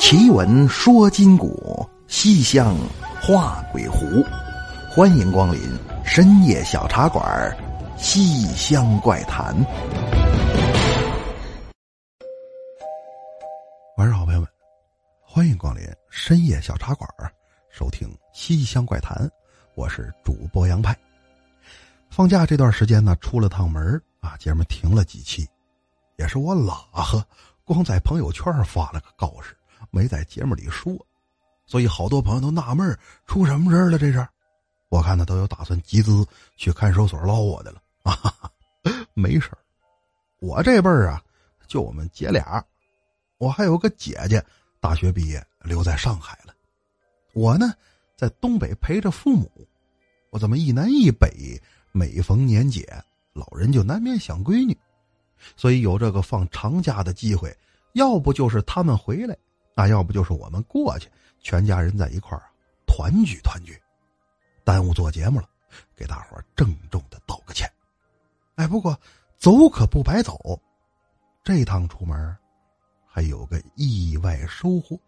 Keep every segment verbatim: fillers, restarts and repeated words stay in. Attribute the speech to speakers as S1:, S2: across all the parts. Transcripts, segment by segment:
S1: 奇闻说今古，西厢画鬼狐。欢迎光临深夜小茶馆，西厢怪谈。晚上好，朋友们，欢迎光临深夜小茶馆，收听西厢怪谈。我是主播杨派。放假这段时间呢，出了趟门啊，姐们停了几期，也是我拉呵，光在朋友圈发了个告示，没在节目里说，所以好多朋友都纳闷出什么事了这是。我看他都有打算集资去看守所捞我的了啊哈哈，没事儿，我这辈儿啊就我们姐俩，我还有个姐姐大学毕业留在上海了，我呢在东北陪着父母。我这么一南一北，每逢年节老人就难免想闺女，所以有这个放长假的机会，要不就是他们回来，那要不就是我们过去，全家人在一块儿团聚团聚。耽误做节目了，给大伙儿郑重的道个歉。哎，不过走可不白走，这趟出门还有个意外收获。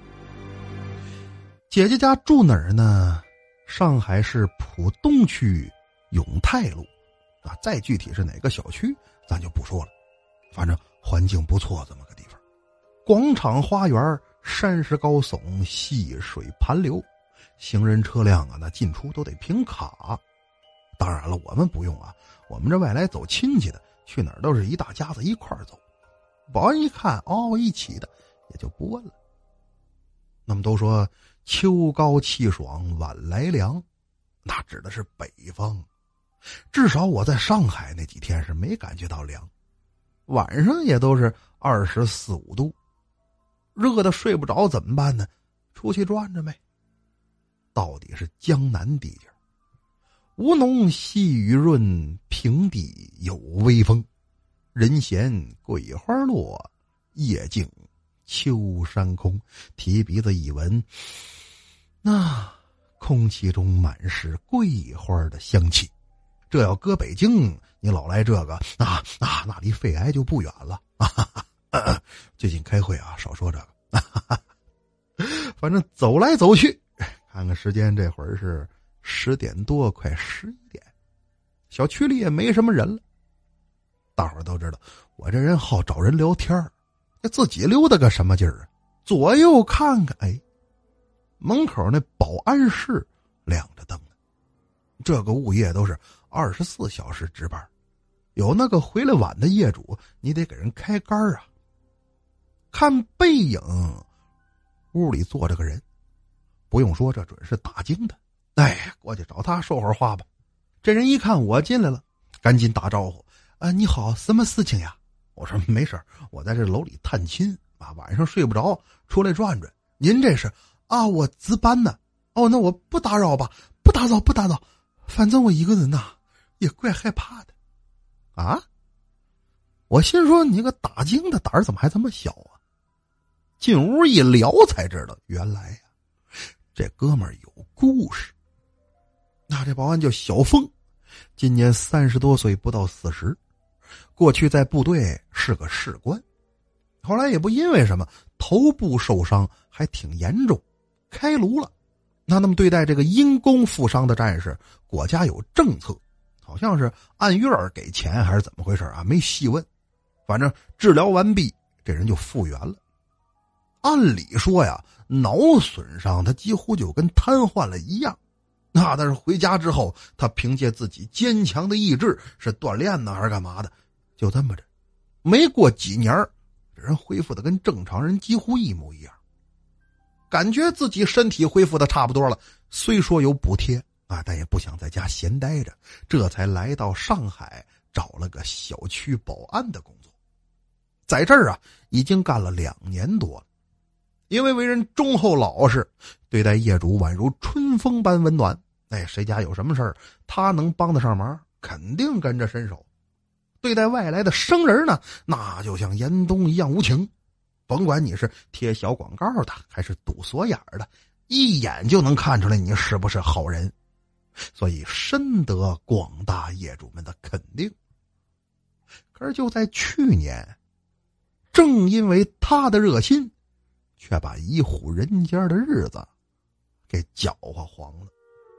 S1: 姐姐家住哪儿呢？上海市浦东区永泰路啊，再具体是哪个小区咱就不说了，反正环境不错，这么个地方。广场花园，山势高耸，细水盘流，行人车辆啊，那进出都得凭卡。当然了，我们不用啊，我们这外来走亲戚的，去哪儿都是一大家子一块儿走。保安一看，哦，一起的，也就不问了。那么都说秋高气爽，晚来凉，那指的是北方。至少我在上海那几天是没感觉到凉，晚上也都是二十四五度，热的睡不着怎么办呢？出去转转呗。到底是江南地界，吴侬细雨润，平地有微风，人闲桂花落，夜静秋山空。提鼻子一闻，那空气中满是桂花的香气。这要搁北京，你老来这个啊啊，那离肺癌就不远了啊哈哈、呃！最近开会啊，少说这个。啊哈哈，反正走来走去，看看时间，这会儿是十点多，快十一点。小区里也没什么人了。大伙儿都知道，我这人好找人聊天儿，自己溜达个什么劲儿啊？左右看看，哎，门口那保安室亮着灯呢。这个物业都是二十四小时值班，有那个回来晚的业主，你得给人开杆啊。看背影，屋里坐着个人，不用说，这准是打更的。哎，过去找他说会儿话吧。这人一看我进来了，赶紧打招呼：“啊，你好，什么事情呀？”我说：“没事，我在这楼里探亲啊，晚上睡不着，出来转转。您这是啊？我值班呢。哦，那我不打扰吧？不打扰，不打扰。反正我一个人呐、啊，也怪害怕的。”啊！我心说你个打更的胆儿怎么还这么小啊？进屋一聊才知道，原来呀、啊，这哥们儿有故事。那这保安叫小峰，今年三十多岁，不到四十。过去在部队是个士官，后来也不因为什么头部受伤，还挺严重，开颅了。那那么对待这个因公负伤的战士，国家有政策，好像是按月给钱还是怎么回事啊？没细问。反正治疗完毕，这人就复原了。按理说呀，脑损伤他几乎就跟瘫痪了一样。那但是回家之后，他凭借自己坚强的意志，是锻炼呢还是干嘛的，就这么着，没过几年，这人恢复的跟正常人几乎一模一样。感觉自己身体恢复的差不多了，虽说有补贴啊，但也不想在家闲待着，这才来到上海找了个小区保安的工作。在这儿啊，已经干了两年多了。因为为人忠厚老实，对待业主宛如春风般温暖。哎，谁家有什么事儿，他能帮得上忙，肯定跟着伸手。对待外来的生人呢，那就像严冬一样无情。甭管你是贴小广告的，还是堵锁眼的，一眼就能看出来你是不是好人。所以深得广大业主们的肯定。可是就在去年，正因为他的热心， 却把一户人家的日子给搅和黄了。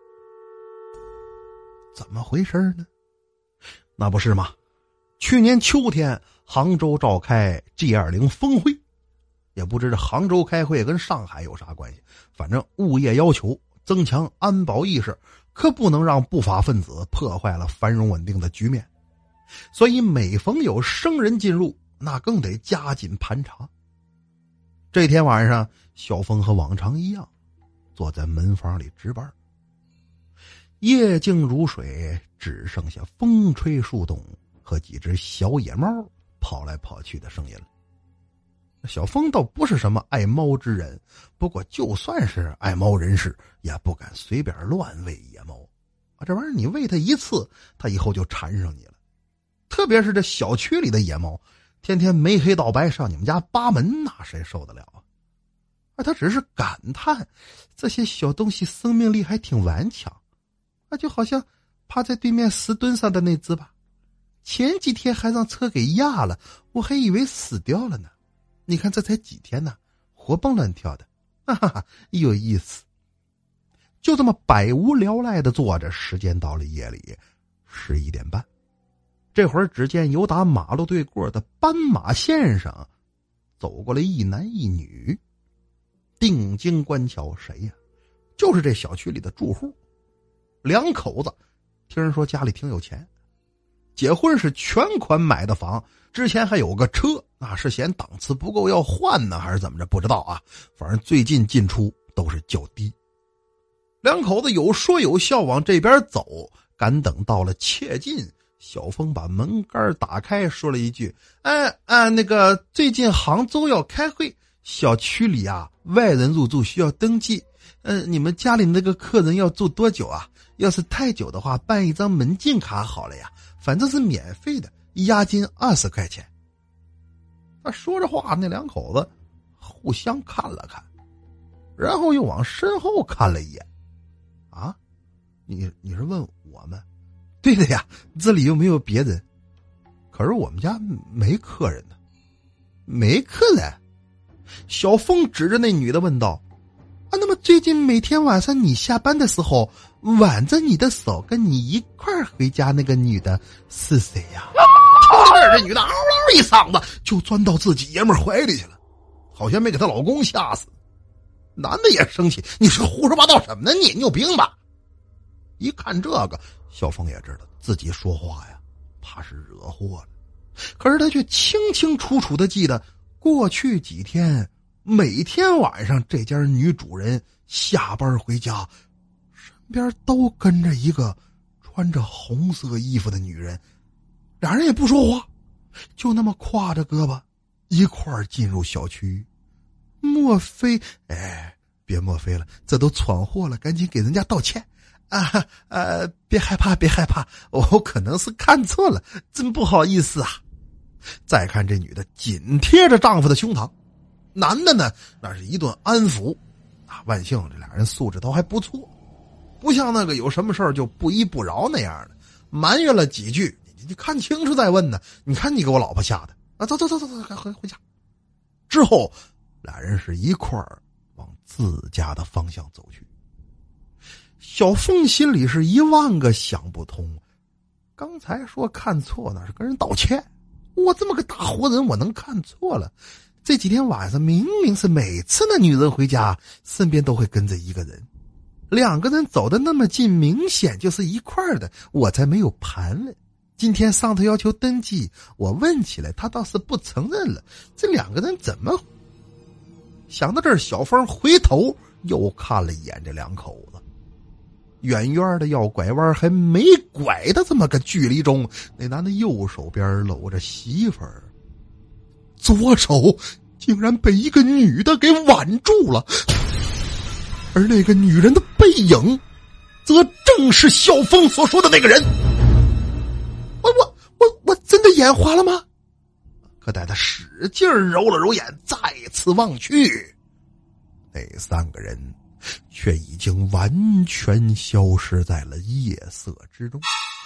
S1: 怎么回事呢？那不是吗？去年秋天杭州召开 G 二十 峰会，也不知这杭州开会跟上海有啥关系，反正物业要求增强安保意识，可不能让不法分子破坏了繁荣稳定的局面。所以每逢有生人进入，那更得加紧盘查。这天晚上，小峰和往常一样坐在门房里值班。夜静如水，只剩下风吹树动和几只小野猫跑来跑去的声音了。小峰倒不是什么爱猫之人，不过就算是爱猫人士，也不敢随便乱喂野猫啊！这玩意儿你喂它一次，它以后就缠上你了。特别是这小区里的野猫，天天没黑到白上你们家扒门，那谁受得了啊？啊，他只是感叹这些小东西生命力还挺顽强啊，就好像趴在对面石墩上的那只吧，前几天还让车给压了，我还以为死掉了呢。你看这才几天呢，活蹦乱跳的，哈哈，有意思。就这么百无聊赖的坐着，时间到了夜里十一点半。这会儿只见由打马路对过的斑马线上走过来一男一女，定睛观瞧，谁呀？就是这小区里的住户，两口子，听人说家里挺有钱，结婚是全款买的房，之前还有个车，那是嫌档次不够要换呢，还是怎么着不知道啊，反正最近进出都是较低。两口子有说有笑往这边走，赶等到了切近，小峰把门杆打开，说了一句：哎哎，那个最近杭州要开会，小区里啊外人入住需要登记，呃，你们家里那个客人要住多久啊？要是太久的话，办一张门禁卡好了呀，反正是免费的，押金二十块钱。他说着话，那两口子互相看了看，然后又往身后看了一眼。啊，你你是问我们？对的呀，这里又没有别人。可是我们家没客人呢。没客人？小峰指着那女的问道：啊，那么最近每天晚上你下班的时候挽着你的手跟你一块儿回家那个女的是谁呀？听着这女的嗷嗷一嗓子就钻到自己爷们怀里去了，好像没给她老公吓死。男的也生气，你是胡说八道什么呢？你你有病吧？一看这个，小峰也知道自己说话呀怕是惹祸了，可是他却清清楚楚的记得过去几天每天晚上这家女主人下班回家身边都跟着一个穿着红色衣服的女人，俩人也不说话，就那么挎着胳膊一块儿进入小区。莫非哎，别莫非了，这都闯祸了，赶紧给人家道歉啊！呃，别害怕，别害怕，我可能是看错了，真不好意思啊。再看这女的紧贴着丈夫的胸膛，男的呢，那是一顿安抚啊。万幸这俩人素质都还不错，不像那个有什么事儿就不依不饶那样的，埋怨了几句，你你看清楚再问呢。你看你给我老婆吓的啊！走走走走走，回回家。之后俩人是一块儿往自家的方向走去。小凤心里是一万个想不通，刚才说看错那是跟人道歉，我这么个大活人我能看错了？这几天晚上明明是每次那女人回家身边都会跟着一个人，两个人走得那么近，明显就是一块儿的，我才没有盘问。今天上头要求登记，我问起来他倒是不承认了，这两个人怎么？想到这儿，小峰回头又看了一眼这两口子，远远的要拐弯还没拐的这么个距离中，那男的右手边搂着媳妇儿，左手竟然被一个女的给挽住了，而那个女人的背影则正是小峰所说的那个人。我我我我真的眼花了吗？可待他使劲揉了揉眼，再次望去，那三个人却已经完全消失在了夜色之中。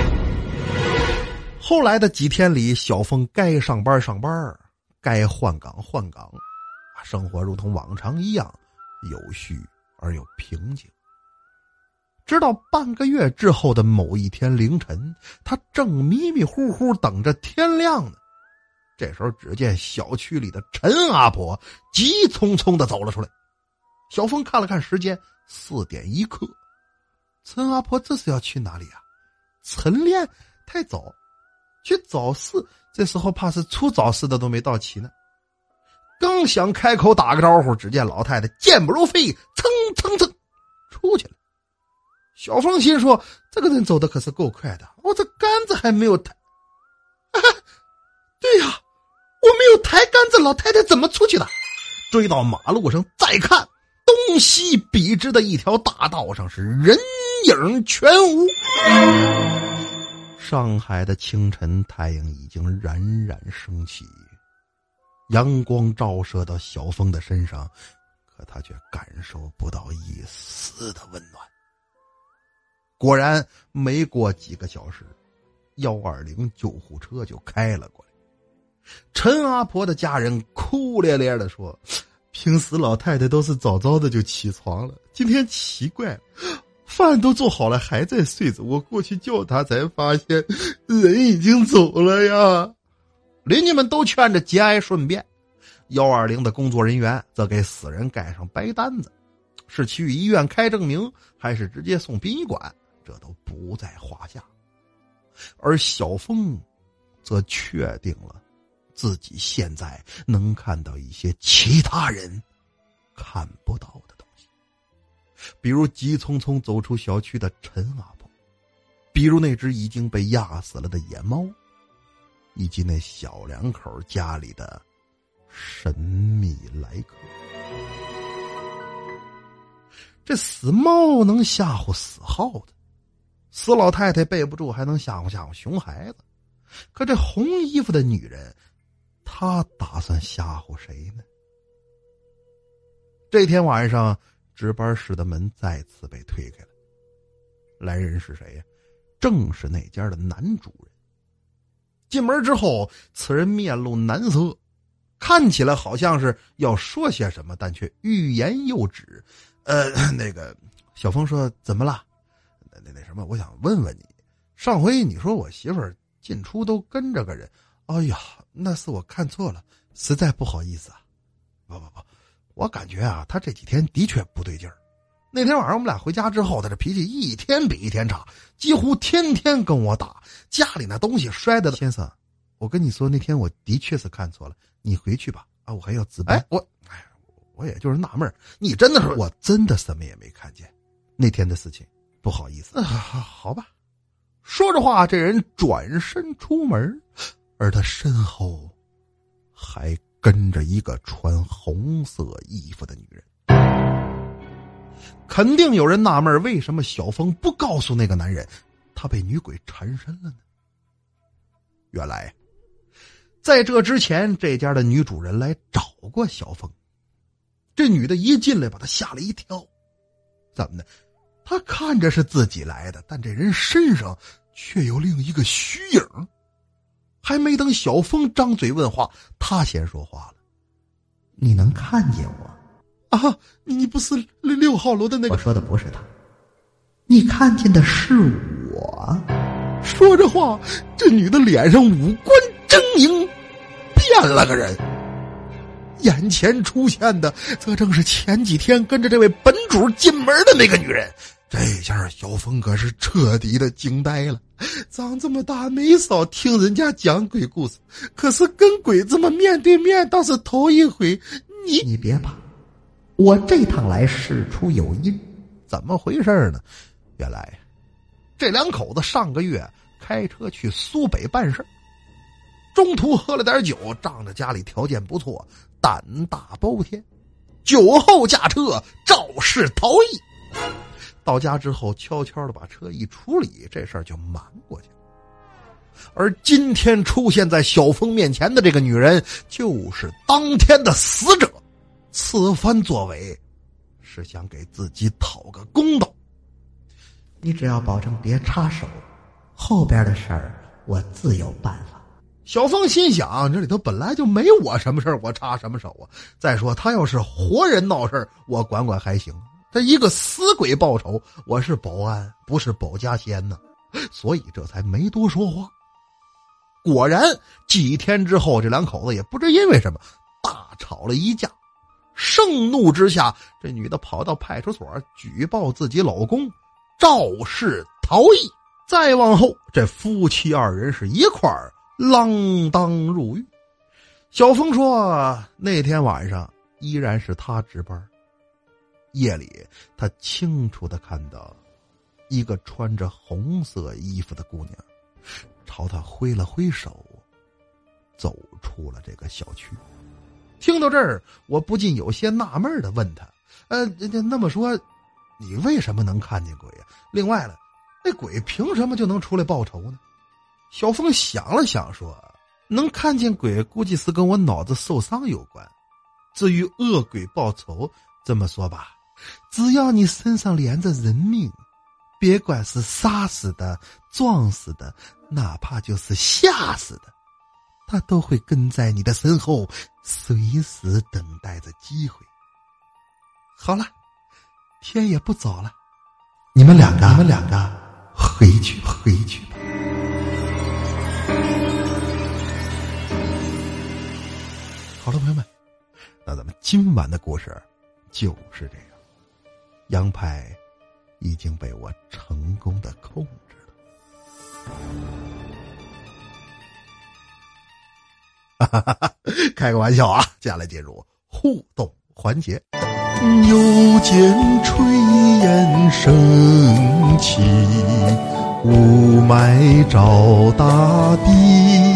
S1: 后来的几天里，小峰该上班上班，该换岗换岗， 生活如同往常一样有序而又平静。直到半个月之后的某一天凌晨，他正迷迷糊糊等着天亮呢。这时候只见小区里的陈阿婆急匆匆地走了出来。小峰看了看时间，四点一刻。陈阿婆这是要去哪里啊？晨练太早，去早市，这时候怕是出早市的都没到齐呢。刚想开口打个招呼，只见老太太健步如飞，蹭蹭蹭出去了。小峰心说，这个人走的可是够快的，我这杆子还没有抬。啊，对呀，我没有抬杆子，老太太怎么出去的？追到马路上再看，东西笔直的一条大道上是人影全无。上海的清晨，太阳已经冉冉升起，阳光照射到小峰的身上，可他却感受不到一丝的温暖。果然没过几个小时，一二零救护车就开了过来。陈阿婆的家人哭咧咧地说，平时老太太都是早早的就起床了，今天奇怪了，饭都做好了还在睡着，我过去叫她才发现人已经走了呀。邻居们都劝着节哀顺变，一二零的工作人员则给死人盖上白单子，是去医院开证明还是直接送殡仪馆，这都不在话下。而小峰则确定了自己现在能看到一些其他人看不到的东西，比如急匆匆走出小区的陈阿婆，比如那只已经被压死了的野猫，以及那小两口家里的神秘来客。这死猫能吓唬死耗子，死老太太背不住还能吓唬吓唬熊孩子，可这红衣服的女人，她打算吓唬谁呢？这天晚上，值班室的门再次被推开了，来人是谁呀？正是那家的男主人。进门之后，此人面露难色，看起来好像是要说些什么，但却欲言又止。呃，那个小峰说，怎么了？那那那什么，我想问问你，上回你说我媳妇儿进出都跟着个人，哎呀，那是我看错了，实在不好意思啊。不不不，我感觉啊，他这几天的确不对劲儿。那天晚上我们俩回家之后，他这脾气一天比一天差，几乎天天跟我打，家里那东西摔的。先生，我跟你说，那天我的确是看错了，你回去吧。啊，我还要值班。哎，我，哎，我也就是纳闷，你真的是，我真的什么也没看见，那天的事情，不好意思。啊，好吧。说着话，这人转身出门，而他身后还跟着一个穿红色衣服的女人。肯定有人纳闷，为什么小峰不告诉那个男人他被女鬼缠身了呢？原来在这之前，这家的女主人来找过小峰，这女的一进来把他吓了一跳。怎么呢？他看着是自己来的，但这人身上却有另一个虚影。还没等小峰张嘴问话，他先说话了：
S2: 你能看见我
S1: 啊？你不是六号楼的那个？
S2: 我说的不是他，你看见的是我。
S1: 说着话，这女的脸上五官狰狞，变了个人。眼前出现的则正是前几天跟着这位本主进门的那个女人。这下小峰可是彻底的惊呆了，长这么大没少听人家讲鬼故事，可是跟鬼这么面对面倒是头一回。你
S2: 你别怕，我这趟来事出有因。
S1: 怎么回事呢？原来这两口子上个月开车去苏北办事，中途喝了点酒，仗着家里条件不错，胆大包天，酒后驾车肇事逃逸。到家之后悄悄的把车一处理，这事儿就瞒过去了。而今天出现在小峰面前的这个女人，就是当天的死者。此番作为是想给自己讨个公道。
S2: 你只要保证别插手，后边的事儿我自有办法。
S1: 小凤心想，这里头本来就没我什么事儿，我插什么手啊？再说他要是活人闹事儿，我管管还行，这一个死鬼报仇，我是保安，不是保家仙呢，所以这才没多说话。果然几天之后，这两口子也不知因为什么大吵了一架，盛怒之下，这女的跑到派出所举报自己老公肇事逃逸。再往后，这夫妻二人是一块儿锒铛入狱。小峰说，那天晚上依然是他值班，夜里他清楚地看到一个穿着红色衣服的姑娘朝他挥了挥手，走出了这个小区。听到这儿，我不禁有些纳闷地问他，呃，那么说你为什么能看见鬼啊？另外了，那鬼凭什么就能出来报仇呢？小凤想了想说，能看见鬼估计是跟我脑子受伤有关。至于恶鬼报仇，这么说吧，只要你身上连着人命，别管是杀死的、撞死的，哪怕就是吓死的，他都会跟在你的身后，随时等待着机会。好了，天也不早了，你们两个，你们两个回去，回去吧。好了，朋友们，那咱们今晚的故事就是这样。杨派已经被我成功的控制了。哈哈哈，开个玩笑啊！接下来进入互动环节。又见炊烟升起，雾霾罩大地，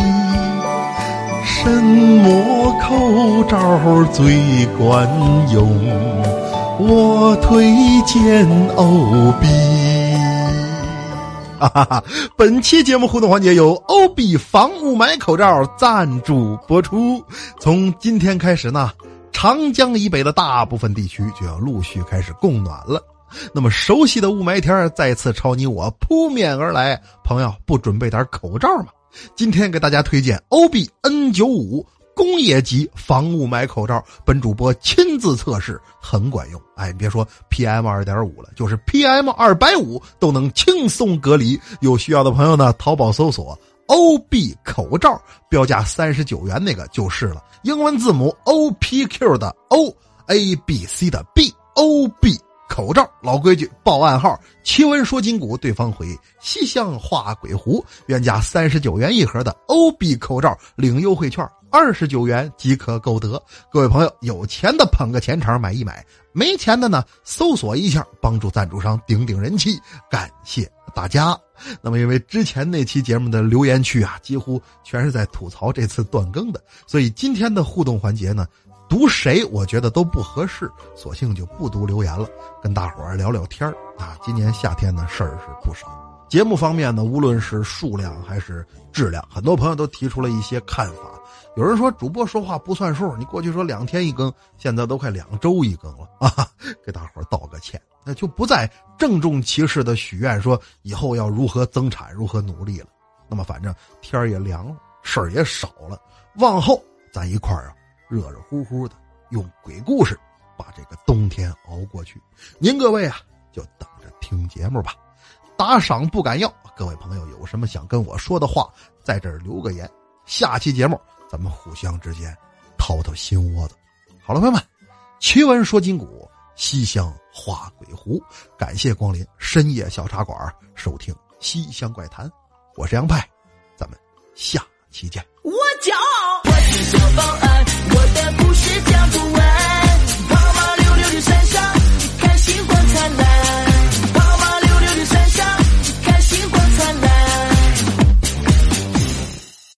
S1: 什么口罩最管用？我推荐欧比。哈哈哈！本期节目互动环节由欧比防雾霾口罩赞助播出。从今天开始呢，长江以北的大部分地区就要陆续开始供暖了。那么熟悉的雾霾天再次朝你我扑面而来，朋友不准备点口罩吗？今天给大家推荐欧比 N 九十五 工业级防雾霾口罩，本主播亲自测试，很管用。哎，别说 P M 二点五 了，就是 P M 二百五十 都能轻松隔离。有需要的朋友呢，淘宝搜索 O B 口罩，标价三十九元那个就是了。英文字母 O P Q 的 O，A B C 的 B，O B 口罩。老规矩，报暗号，奇闻说金鼓，对方回西厢画鬼狐。原价三十九元一盒的 O B 口罩，领优惠券二十九元即可购得。各位朋友，有钱的捧个钱场买一买，没钱的呢搜索一下，帮助赞助商顶顶人气，感谢大家。那么因为之前那期节目的留言区啊，几乎全是在吐槽这次断更的，所以今天的互动环节呢，读谁我觉得都不合适，索性就不读留言了，跟大伙儿聊聊天啊。今年夏天呢事儿是不少，节目方面呢，无论是数量还是质量，很多朋友都提出了一些看法。有人说主播说话不算数，你过去说两天一更，现在都快两周一更了啊！给大伙儿道个歉，那就不再郑重其事的许愿说以后要如何增产，如何努力了。那么反正天儿也凉了，事儿也少了，往后咱一块儿啊热热乎乎的用鬼故事把这个冬天熬过去。您各位啊就等着听节目吧。打赏不敢要，各位朋友有什么想跟我说的话，在这儿留个言，下期节目咱们互相之间掏掏心窝子。好了，朋友们，奇闻说金鼓，西厢画鬼狐，感谢光临深夜小茶馆，收听西厢怪谈，我是杨派，咱们下期见。
S3: 我骄傲。